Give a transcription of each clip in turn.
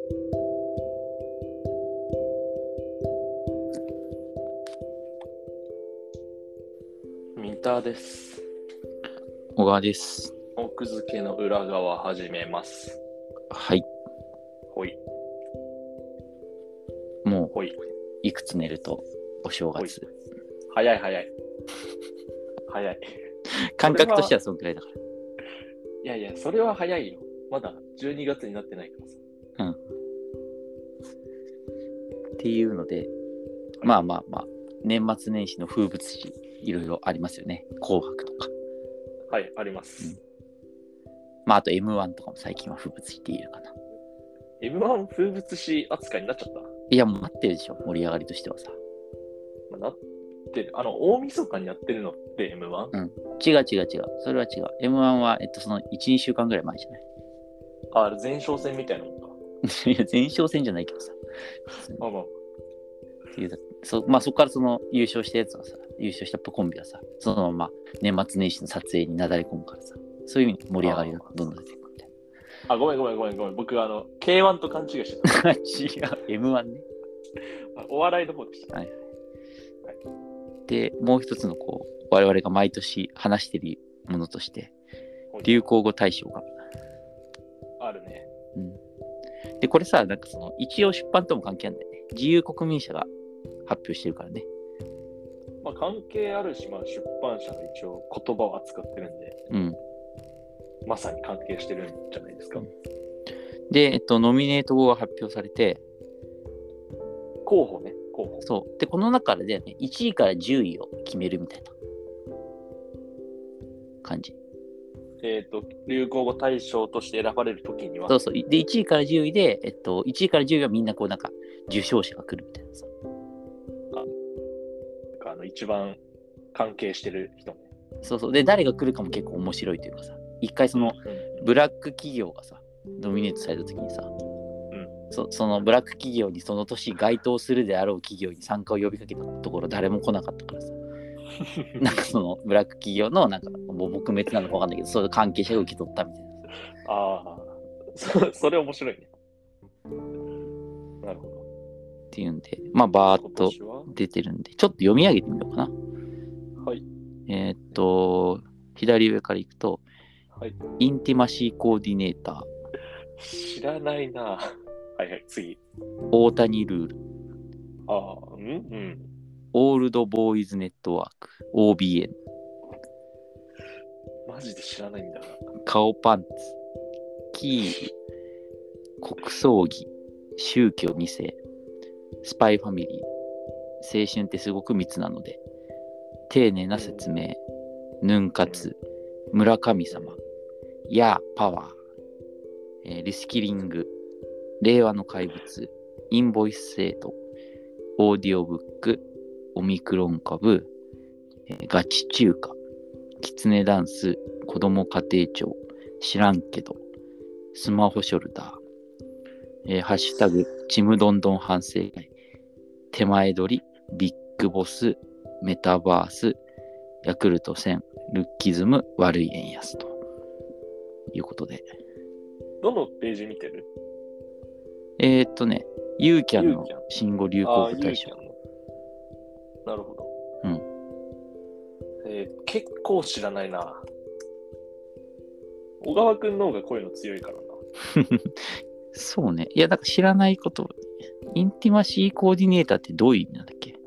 三田です。 小川です。 奥付けの裏側始めます。 はい。 ほい。 もうほい。 いくつ寝るとお正月。 早い。 感覚としてはそんくらいだかいや、それは早いよ。まだ12月になってないからさ。 ら。っていうので、まあ、年末年始の風物詩、いろいろありますよね。紅白とか。 はい、あります。 あと M1 とかも最近は風物詩って言えるかな。 M1 風物詩扱いになっちゃった。 いや、もう待ってるでしょ。盛り上がりとしてはさ。 なってる。大晦日にやってるのって M1？ 違う。それは違う。M1 は、その1、2週間ぐらい前じゃない。 前哨戦みたいなもんか。 いや、前哨戦じゃないけどさ。っていうそこからその優勝したやつがさ、優勝したコンビがさ、そのまま年末年始の撮影になだれ込むからさ、そういう意味で盛り上がりがどんどん出てくるみたいな。ごめん。僕K1 と勘違いしてた。 違う、M1 ね。 お笑いの方でした。はい。 で、もう一つの我々が毎年話してるものとして、流行語大賞があるね。 で、これさ、なんかその一応出版とも関係あるんだよね。自由国民社が発表してるからね。 関係あるし、出版社が一応言葉を扱ってるんで、まさに関係してるんじゃないですか。 で、ノミネート語が発表されて、 候補。 そう。で、この中でね、1位から10位を決めるみたいな感じ。 流行語大賞として選ばれるときには。 そう。で、1位から10位で、1位から10位はみんななんか、受賞者が来るみたいなさ。 一番関係してる人ね。 そう。で、誰が来るかも結構面白いというかさ、一回その、ブラック企業がさ、ノミネートされたときにさ、そのブラック企業にその年該当するであろう企業に参加を呼びかけたところ誰も来なかったからさなんかそのブラック企業のなんかもう撲滅なのか分かんないけどそういう関係者が受け取ったみたいな。それ面白いね。なるほど。 っていうんでバーッと出てるんでちょっと読み上げてみようかな。 はい。 左上からいくと、 はい、 インティマシーコーディネーター。 知らないな。はい次。 大谷ルール。オールドボーイズネットワーク OBN。 マジで知らないんだな。 顔パンツ。キール。国葬儀。宗教2世。スパイファミリー。青春ってすごく密なので。丁寧な説明。ヌン活。村神様。ヤーパワー。リスキリング。令和の怪物。インボイス制度。オーディオブック。オミクロン株。ガチ中華。キツネダンス。子供家庭庁。知らんけど。スマホショルダー。ハッシュタグ。ちむどんどん反省会。手前取り。ビッグボス。メタバース。ヤクルト1000。ルッキズム。悪い円安ということで。 どのページ見てる？ ユーキャンの新語・流行語大賞。 なるほど。結構知らないな。小川くんの方がこういうの強いからな。 そうね。いや、だから知らないこと。インティマシーコーディネーターってどういう意味なんだっけ？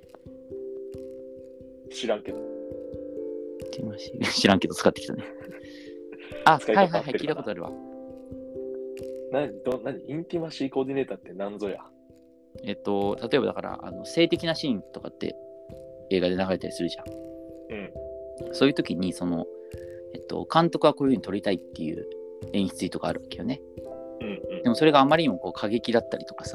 知らんけど。 インティマシー知らんけど使ってきたね。はい、聞いたことあるわ。 何インティマシーコーディネーターって何ぞや。 例えばだから性的なシーンとかって映画で流れたりするじゃん。そういう時にその監督はこういう風に撮りたいっていう演出とかあるわけよね。でもそれがあまりにも過激だったりとかさ。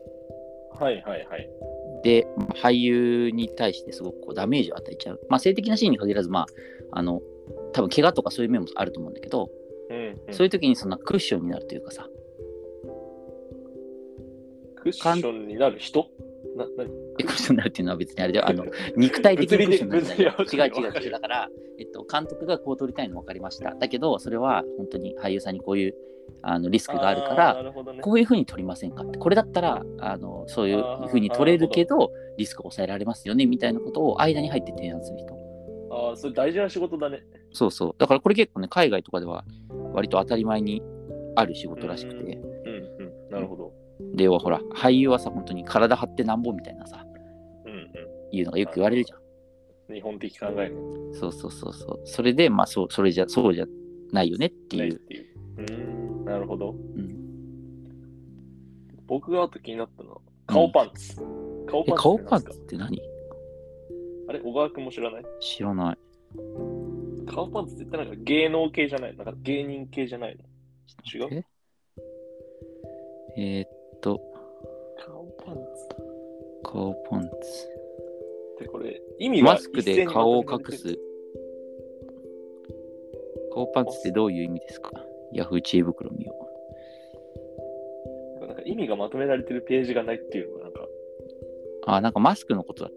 で、俳優に対してすごくダメージを与えちゃう。性的なシーンに限らず多分怪我とかそういう面もあると思うんだけど、そういう時にそんなクッションになるというかさ。 クッションになる人？ クッションになるっていうのは別にあれで肉体的にクッションになるんだよ。違う。だから、監督がこう撮りたいの分かりました。だけど、それは本当に俳優さんにこういうリスクがあるから、ね、こういうふうに撮りませんかって。これだったらそういうふうに撮れるけど、リスクを抑えられますよねみたいなことを間に入って提案する人。 ああ、それ大事な仕事だね。 そうそう。だからこれ結構ね、海外とかでは割と当たり前にある仕事らしくて。 なるほど。 ではほら、俳優はさ、本当に体張ってなんぼみたいなさ、いうのがよく言われるじゃん。 日本的考えね。 そう。それで、まあそうじゃないよねっていう。 なるほど。僕があと気になったのは、顔パンツ。 顔パンツって何？ あれ、小川君も知らない？ 知らない。 顔パンツって言ったらなんか芸能系じゃない？なんか芸人系じゃないの？違う？ 顔パンツ。 で、これ、意味がマスクで顔を隠す。顔パンツってどういう意味ですか？ヤフー知恵袋見よう。なんか意味がまとめられてるページがないっていうのがなんかマスクのことだって。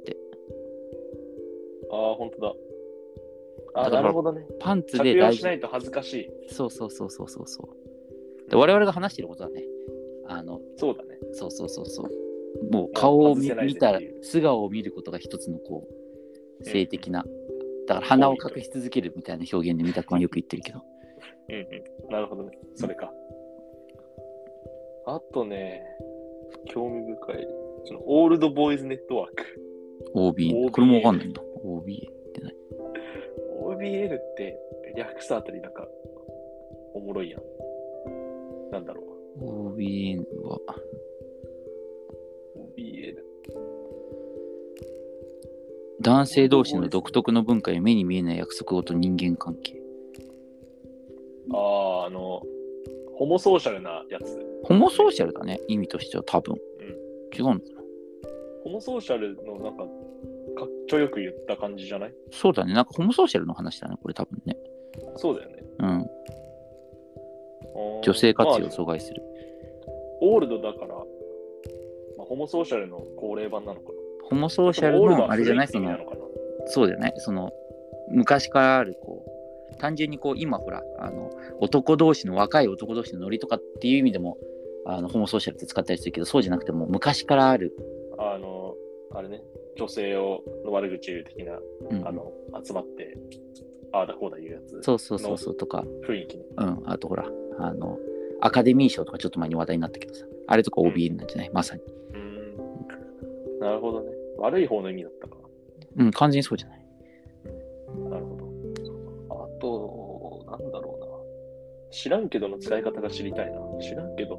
本当だ。なるほどね。 パンツで着用しないと恥ずかしい。 そう。で我々が話してることだね。 そうだね。 そう。もう顔を見たら、素顔を見ることが一つのこう、性的な。だから鼻を隠し続けるみたいな表現で三田君はよく言ってるけど。 なるほどね。それか。あとね、興味深い。そのオールドボーイズネットワーク。 OBN。これもわかんないんだ。OBN って何？ OBL って略すあたりなんかおもろいやん。なんだろう。OBN は。 OBL。 男性同士の独特の文化や目に見えない約束事と人間関係。 ホモソーシャルなやつ。 ホモソーシャルだね、意味としては多分。違うのかな。 ホモソーシャルのなんか、かっちょよく言った感じじゃない？ そうだね、なんかホモソーシャルの話だね、これ多分ね。 そうだよね。 女性活用を阻害する。 オールドだから、ホモソーシャルの高齢版なのかな。 ホモソーシャルのあれじゃない？そうだよね、昔からある単純に今ほら若い男同士のノリとかっていう意味でもホモソーシャルって使ったりするけど、そうじゃなくても昔からあるあれね、女性の悪口言う的な、集まってああだこうだ言うやつ。 そうとか雰囲気ね。 あとほらアカデミー賞とかちょっと前に話題になったけどさ、あれとか OBN なんじゃない？まさに。 なるほどね。悪い方の意味だったか。 完全にそうじゃない。 なるほど。あと、なんだろうな。知らんけどの使い方が知りたいな。知らんけど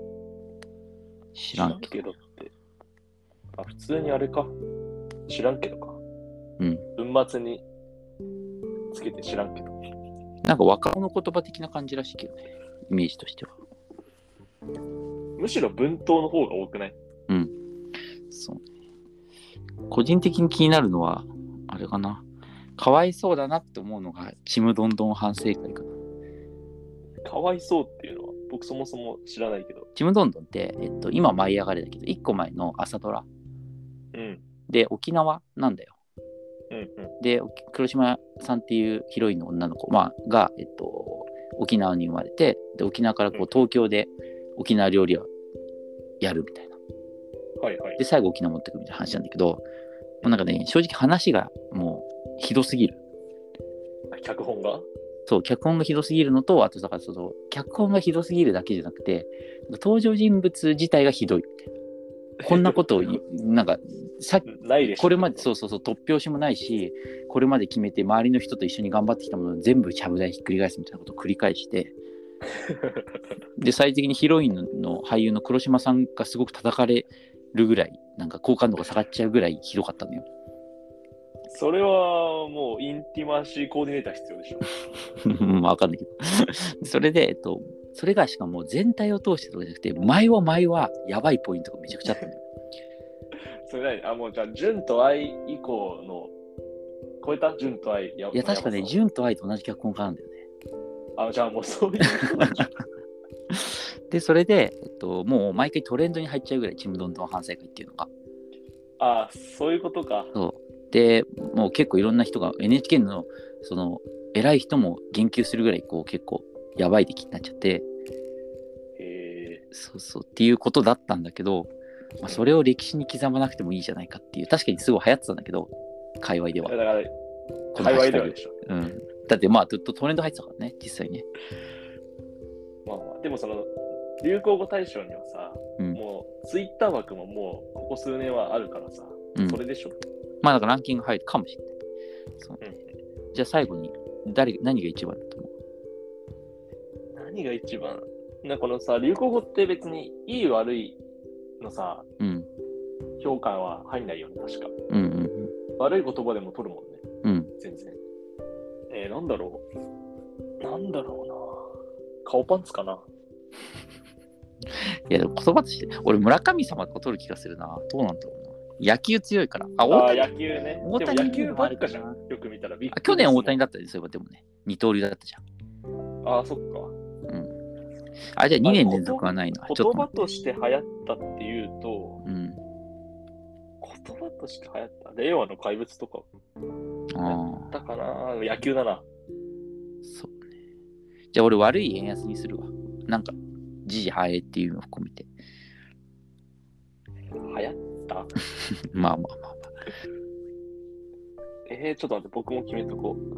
って。普通にあれか。知らんけどか。文末につけて知らんけど。 なんか若者言葉的な感じらしいけどね。イメージとしては。 むしろ文頭の方が多くない？ そうね。個人的に気になるのは、あれかな。かわいそうだなって思うのが、ちむどんどん反省会かな。 かわいそうっていうのは、僕そもそも知らないけど。 ちむどんどんって、今舞い上がれだけど、1個前の朝ドラ。で、沖縄なんだよ。で、黒島さんっていうヒロインの女の子、が、沖縄に生まれて、で沖縄から東京で沖縄料理をやるみたいな。で、最後沖縄持ってくみたいな話なんだけど、なんかね、正直話がもうひどすぎる。 脚本が？ そう、脚本がひどすぎるのと、あとだから脚本がひどすぎるだけじゃなくて、登場人物自体がひどいみたいな。こんなことをなんかないでしょ。 これまで突拍子もないし、これまで決めて周りの人と一緒に頑張ってきたものを全部ちゃぶ台ひっくり返すみたいなことを繰り返してで最終的にヒロインの俳優の黒島さんがすごく叩かれるぐらいなんか好感度が下がっちゃうぐらいひどかったのよ。 それはもうインティマシーコーディネーター必要でしょ。 わかんないけどそれでそれがしかも全体を通してとかじゃなくて前はやばいポイントがめちゃくちゃあったのよ。 それ何？もうじゃあ純と愛以降の超えた？純と愛。いや確かね、純と愛と同じ脚本家なんだよね。 じゃあもうそういうでそれで、もう毎回トレンドに入っちゃうぐらいちむどんどん反省会っていうのがああ、そういうことか。 そう。で、もう結構いろんな人が、NHK の、その、偉い人も言及するぐらい、こう、結構、やばい出来になっちゃって、そうそう、っていうことだったんだけど、まあ、それを歴史に刻まなくてもいいじゃないかっていう、確かにすごい流行ってたんだけど、界隈では。 だから、 この界隈ハッシュタグ。 ではでしょ。 うん。だってまあずっとトレンド入ってたからね、実際ね。 まあまあ、でもその、流行語大賞にはさ、もう、ツイッター枠ももう、ここ数年はあるからさ、それでしょ。 まあだからランキング入るかもしれない。そう。じゃあ最後に、何が一番だと思う？ 何が一番？このさ、流行語って別にいい悪いのさ、評価は入んないよね、確か。悪い言葉でも取るもんね。全然。なんだろうな。顔パンツかな。 いやでも言葉として、俺村神様とか取る気がするな。どうなんだろうな。野球強いから。 野球ね。 大谷でも野球ばっかじゃん。よく見たらビッグボスも。 去年大谷だったりすればでもね、二刀流だったじゃん。 ああ、そっか。 じゃあ2年連続はないな。 言葉として流行ったっていうと、言葉として流行った令和の怪物とかだかな。野球だな。 そうね。じゃあ俺悪い円安にするわ。なんか時事ハエっていうのを含めて流行ったまあちょっと待って、僕も決めとこう。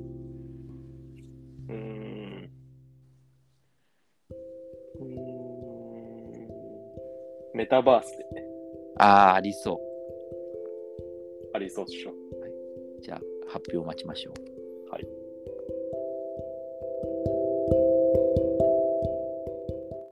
メタバースでね。 ありそう。 ありそうでしょ。 はい、じゃあ発表を待ちましょう。 はい。